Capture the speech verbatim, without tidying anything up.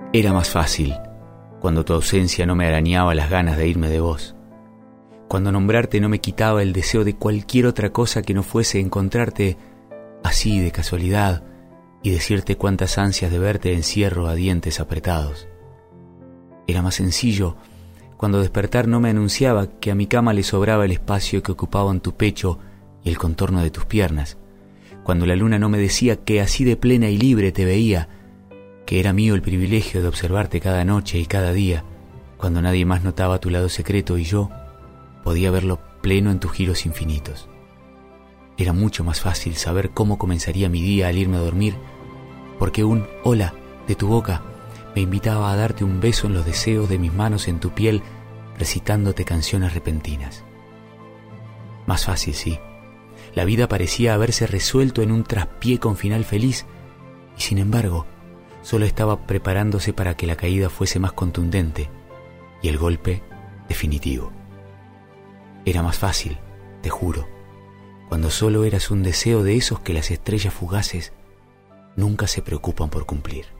Era más fácil cuando tu ausencia no me arañaba las ganas de irme de vos, cuando nombrarte no me quitaba el deseo de cualquier otra cosa que no fuese encontrarte así de casualidad y decirte cuántas ansias de verte encierro a dientes apretados. Era más sencillo cuando despertar no me anunciaba que a mi cama le sobraba el espacio que ocupaban tu pecho y el contorno de tus piernas, cuando la luna no me decía que así de plena y libre te veía, que era mío el privilegio de observarte cada noche y cada día, cuando nadie más notaba tu lado secreto y yo podía verlo pleno en tus giros infinitos. Era mucho más fácil saber cómo comenzaría mi día al irme a dormir, porque un hola de tu boca me invitaba a darte un beso en los deseos de mis manos en tu piel, recitándote canciones repentinas. Más fácil, sí. La vida parecía haberse resuelto en un traspié con final feliz, y sin embargo, solo estaba preparándose para que la caída fuese más contundente y el golpe definitivo. Era más fácil, te juro, cuando solo eras un deseo de esos que las estrellas fugaces nunca se preocupan por cumplir.